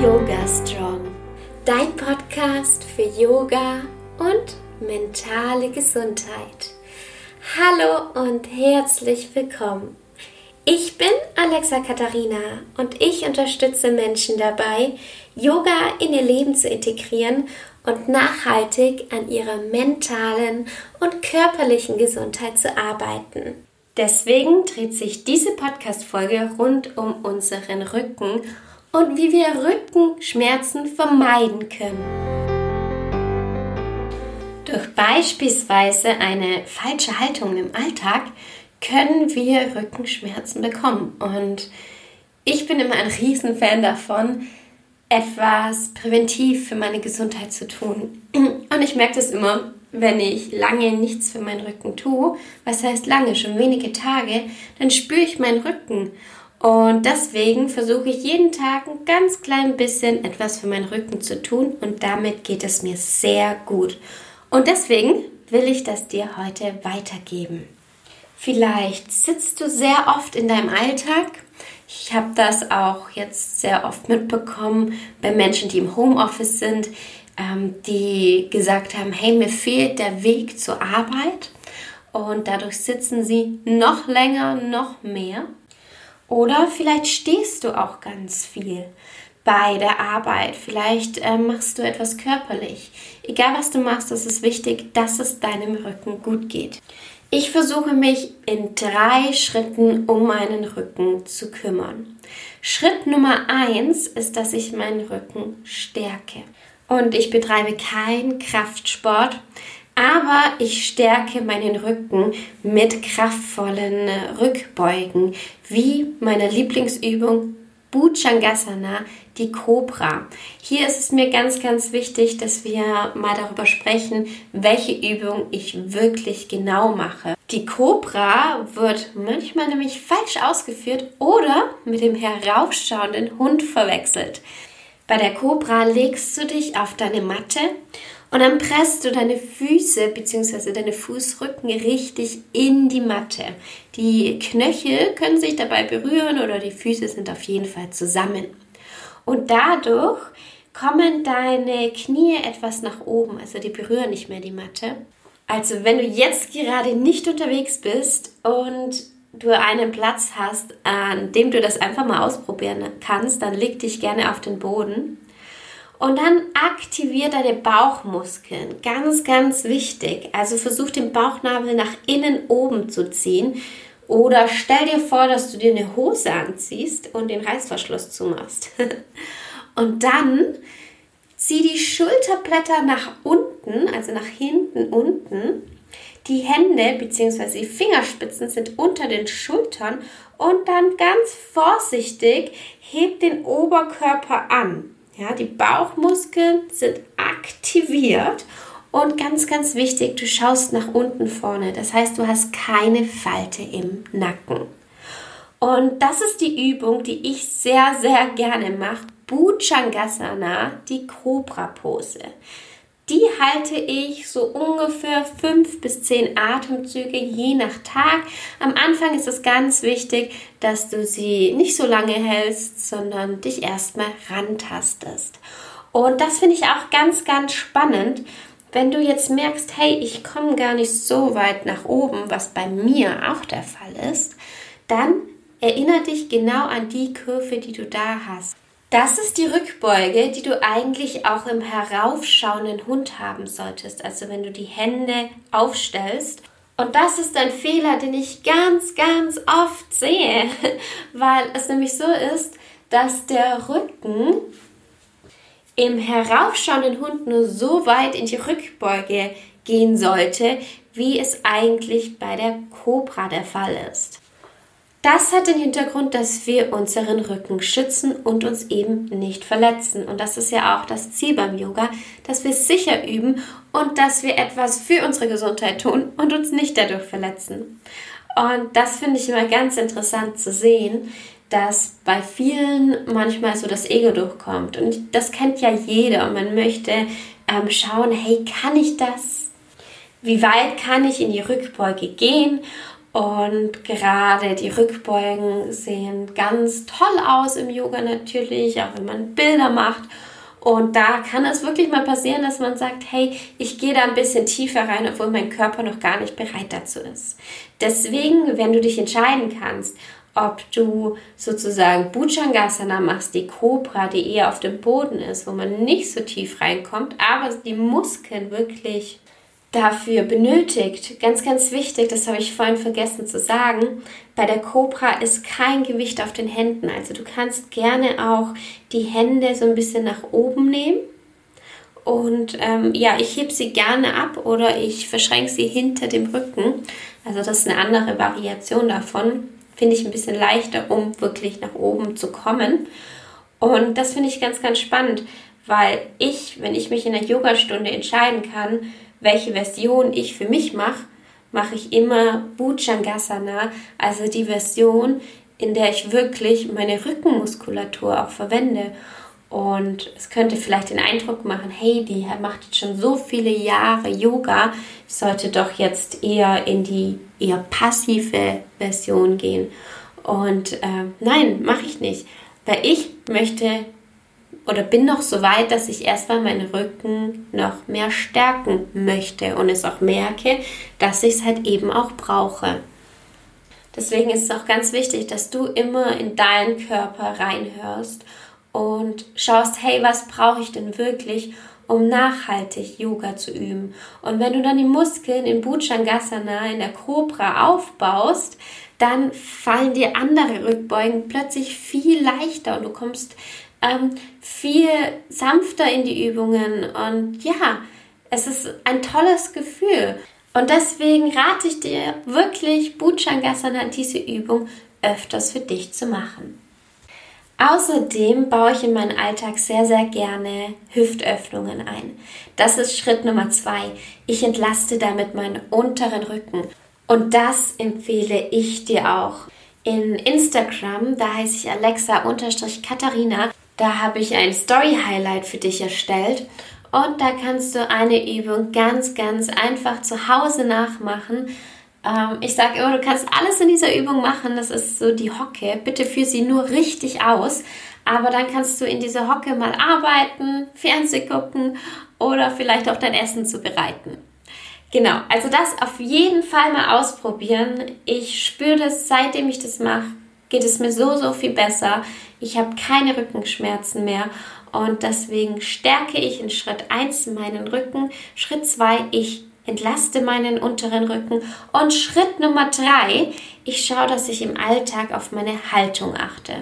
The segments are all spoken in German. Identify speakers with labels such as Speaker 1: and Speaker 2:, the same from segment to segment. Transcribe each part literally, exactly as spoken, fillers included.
Speaker 1: Yoga Strong, dein Podcast für Yoga und mentale Gesundheit. Hallo und herzlich willkommen. Ich bin Alexa Katharina und ich unterstütze Menschen dabei, Yoga in ihr Leben zu integrieren und nachhaltig an ihrer mentalen und körperlichen Gesundheit zu arbeiten. Deswegen dreht sich diese Podcast-Folge rund um unseren Rücken und wie wir Rückenschmerzen vermeiden können. Durch beispielsweise eine falsche Haltung im Alltag können wir Rückenschmerzen bekommen. Und ich bin immer ein Riesenfan davon, etwas präventiv für meine Gesundheit zu tun. Und ich merke das immer, wenn ich lange nichts für meinen Rücken tue, was heißt lange, schon wenige Tage, dann spüre ich meinen Rücken. Und deswegen versuche ich jeden Tag ein ganz klein bisschen etwas für meinen Rücken zu tun und damit geht es mir sehr gut. Und deswegen will ich das dir heute weitergeben. Vielleicht sitzt du sehr oft in deinem Alltag. Ich habe das auch jetzt sehr oft mitbekommen bei Menschen, die im Homeoffice sind, ähm, die gesagt haben, hey, mir fehlt der Weg zur Arbeit und dadurch sitzen sie noch länger, noch mehr. Oder vielleicht stehst du auch ganz viel bei der Arbeit. Vielleicht äh, machst du etwas körperlich. Egal was du machst, es ist wichtig, dass es deinem Rücken gut geht. Ich versuche mich in drei Schritten um meinen Rücken zu kümmern. Schritt Nummer eins ist, dass ich meinen Rücken stärke. Und ich betreibe keinen Kraftsport, aber ich stärke meinen Rücken mit kraftvollen Rückbeugen, wie meine Lieblingsübung Bhujangasana, die Cobra. Hier ist es mir ganz, ganz wichtig, dass wir mal darüber sprechen, welche Übung ich wirklich genau mache. Die Cobra wird manchmal nämlich falsch ausgeführt oder mit dem heraufschauenden Hund verwechselt. Bei der Cobra legst du dich auf deine Matte und dann presst du deine Füße bzw. deine Fußrücken richtig in die Matte. Die Knöchel können sich dabei berühren oder die Füße sind auf jeden Fall zusammen. Und dadurch kommen deine Knie etwas nach oben, also die berühren nicht mehr die Matte. Also wenn du jetzt gerade nicht unterwegs bist und du einen Platz hast, an dem du das einfach mal ausprobieren kannst, dann leg dich gerne auf den Boden. Und dann aktivier deine Bauchmuskeln. Ganz, ganz wichtig. Also versuch den Bauchnabel nach innen oben zu ziehen. Oder stell dir vor, dass du dir eine Hose anziehst und den Reißverschluss zumachst. Und dann zieh die Schulterblätter nach unten, also nach hinten unten. Die Hände bzw. die Fingerspitzen sind unter den Schultern. Und dann ganz vorsichtig heb den Oberkörper an. Ja, die Bauchmuskeln sind aktiviert und ganz, ganz wichtig, du schaust nach unten vorne. Das heißt, du hast keine Falte im Nacken. Und das ist die Übung, die ich sehr, sehr gerne mache. Bhujangasana, die Cobra-Pose. Die halte ich so ungefähr fünf bis zehn Atemzüge, je nach Tag. Am Anfang ist es ganz wichtig, dass du sie nicht so lange hältst, sondern dich erstmal rantastest. Und das finde ich auch ganz, ganz spannend, wenn du jetzt merkst, hey, ich komme gar nicht so weit nach oben, was bei mir auch der Fall ist, dann erinnere dich genau an die Kurve, die du da hast. Das ist die Rückbeuge, die du eigentlich auch im heraufschauenden Hund haben solltest, also wenn du die Hände aufstellst. Und das ist ein Fehler, den ich ganz, ganz oft sehe, weil es nämlich so ist, dass der Rücken im heraufschauenden Hund nur so weit in die Rückbeuge gehen sollte, wie es eigentlich bei der Cobra der Fall ist. Das hat den Hintergrund, dass wir unseren Rücken schützen und uns eben nicht verletzen. Und das ist ja auch das Ziel beim Yoga, dass wir sicher üben und dass wir etwas für unsere Gesundheit tun und uns nicht dadurch verletzen. Und das finde ich immer ganz interessant zu sehen, dass bei vielen manchmal so das Ego durchkommt. Und das kennt ja jeder und man möchte ähm, schauen, hey, kann ich das? Wie weit kann ich in die Rückbeuge gehen? Und gerade die Rückbeugen sehen ganz toll aus im Yoga natürlich, auch wenn man Bilder macht. Und da kann es wirklich mal passieren, dass man sagt, hey, ich gehe da ein bisschen tiefer rein, obwohl mein Körper noch gar nicht bereit dazu ist. Deswegen, wenn du dich entscheiden kannst, ob du sozusagen Bhujangasana machst, die Cobra, die eher auf dem Boden ist, wo man nicht so tief reinkommt, aber die Muskeln wirklich dafür benötigt. Ganz, ganz wichtig, das habe ich vorhin vergessen zu sagen, bei der Cobra ist kein Gewicht auf den Händen. Also du kannst gerne auch die Hände so ein bisschen nach oben nehmen und ähm, ja, ich hebe sie gerne ab oder ich verschränke sie hinter dem Rücken. Also das ist eine andere Variation davon. Finde ich ein bisschen leichter, um wirklich nach oben zu kommen. Und das finde ich ganz, ganz spannend, weil ich, wenn ich mich in einer Yogastunde entscheiden kann, welche Version ich für mich mache, mache ich immer Bhujangasana, also die Version, in der ich wirklich meine Rückenmuskulatur auch verwende. Und es könnte vielleicht den Eindruck machen, hey, die macht jetzt schon so viele Jahre Yoga, sollte doch jetzt eher in die eher passive Version gehen. Und äh, nein, mache ich nicht, weil ich möchte oder bin noch so weit, dass ich erstmal meinen Rücken noch mehr stärken möchte und es auch merke, dass ich es halt eben auch brauche. Deswegen ist es auch ganz wichtig, dass du immer in deinen Körper reinhörst und schaust, hey, was brauche ich denn wirklich, um nachhaltig Yoga zu üben? Und wenn du dann die Muskeln in Bhujangasana, in der Cobra aufbaust, dann fallen dir andere Rückbeugen plötzlich viel leichter und du kommst ähm, viel sanfter in die Übungen. Und ja, es ist ein tolles Gefühl. Und deswegen rate ich dir wirklich, Bhujangasana, diese Übung öfters für dich zu machen. Außerdem baue ich in meinen Alltag sehr, sehr gerne Hüftöffnungen ein. Das ist Schritt Nummer zwei. Ich entlaste damit meinen unteren Rücken. Und das empfehle ich dir auch. In Instagram, da heiße ich Alexa-Katharina, da habe ich ein Story-Highlight für dich erstellt. Und da kannst du eine Übung ganz, ganz einfach zu Hause nachmachen. Ähm, ich sage immer, du kannst alles in dieser Übung machen. Das ist so die Hocke. Bitte führ sie nur richtig aus. Aber dann kannst du in dieser Hocke mal arbeiten, Fernsehen gucken oder vielleicht auch dein Essen zubereiten. Genau, also das auf jeden Fall mal ausprobieren. Ich spüre das, seitdem ich das mache, geht es mir so, so viel besser. Ich habe keine Rückenschmerzen mehr. Und deswegen stärke ich in Schritt eins meinen Rücken. Schritt zwei, ich entlaste meinen unteren Rücken. Und Schritt Nummer drei, ich schaue, dass ich im Alltag auf meine Haltung achte.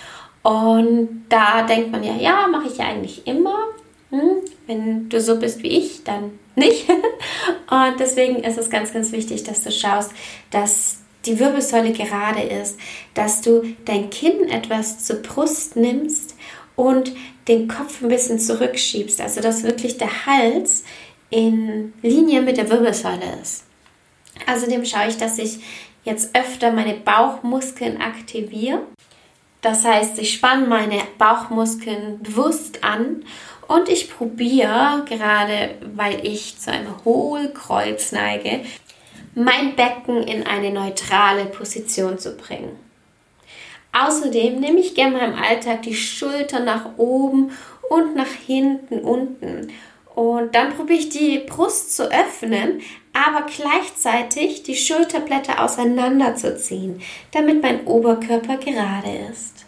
Speaker 1: Und da denkt man ja, ja, mache ich ja eigentlich immer. Hm, wenn du so bist wie ich, dann nicht. Und deswegen ist es ganz, ganz wichtig, dass du schaust, dass die Wirbelsäule gerade ist, dass du dein Kinn etwas zur Brust nimmst und den Kopf ein bisschen zurückschiebst, also dass wirklich der Hals in Linie mit der Wirbelsäule ist. Außerdem schaue ich, dass ich jetzt öfter meine Bauchmuskeln aktiviere. Das heißt, ich spanne meine Bauchmuskeln bewusst an und ich probiere, gerade weil ich zu einem Hohlkreuz neige, mein Becken in eine neutrale Position zu bringen. Außerdem nehme ich gerne mal im Alltag die Schultern nach oben und nach hinten unten. Und dann probiere ich die Brust zu öffnen, aber gleichzeitig die Schulterblätter auseinanderzuziehen, damit mein Oberkörper gerade ist.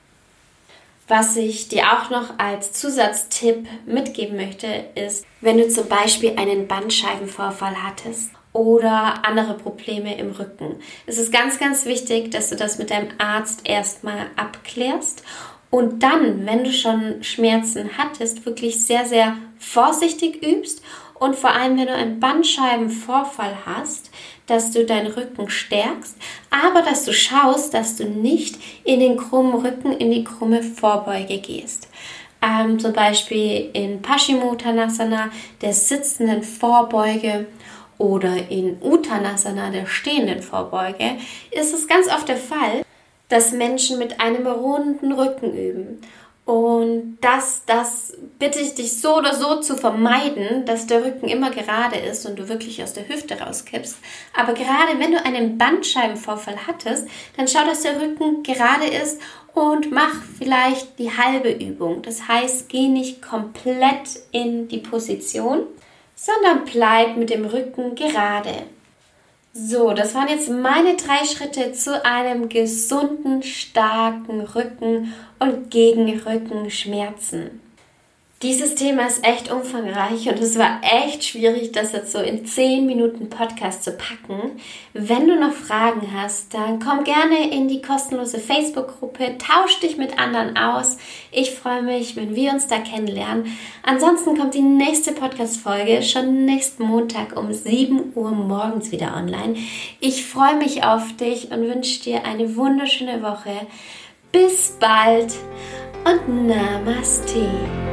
Speaker 1: Was ich dir auch noch als Zusatztipp mitgeben möchte, ist, wenn du zum Beispiel einen Bandscheibenvorfall hattest oder andere Probleme im Rücken. Es ist ganz, ganz wichtig, dass du das mit deinem Arzt erstmal abklärst und dann, wenn du schon Schmerzen hattest, wirklich sehr, sehr vorsichtig übst und vor allem, wenn du einen Bandscheibenvorfall hast, dass du deinen Rücken stärkst, aber dass du schaust, dass du nicht in den krummen Rücken, in die krumme Vorbeuge gehst. Ähm, zum Beispiel in Paschimottanasana, der sitzenden Vorbeuge, oder in Uttanasana, der stehenden Vorbeuge, ist es ganz oft der Fall, dass Menschen mit einem runden Rücken üben. Und das, das bitte ich dich so oder so zu vermeiden, dass der Rücken immer gerade ist und du wirklich aus der Hüfte rauskippst. Aber gerade wenn du einen Bandscheibenvorfall hattest, dann schau, dass der Rücken gerade ist und mach vielleicht die halbe Übung. Das heißt, geh nicht komplett in die Position, sondern bleib mit dem Rücken gerade. So, das waren jetzt meine drei Schritte zu einem gesunden, starken Rücken und gegen Rückenschmerzen. Dieses Thema ist echt umfangreich und es war echt schwierig, das jetzt so in zehn Minuten Podcast zu packen. Wenn du noch Fragen hast, dann komm gerne in die kostenlose Facebook-Gruppe, tausch dich mit anderen aus. Ich freue mich, wenn wir uns da kennenlernen. Ansonsten kommt die nächste Podcast-Folge schon nächsten Montag um sieben Uhr morgens wieder online. Ich freue mich auf dich und wünsche dir eine wunderschöne Woche. Bis bald und Namaste.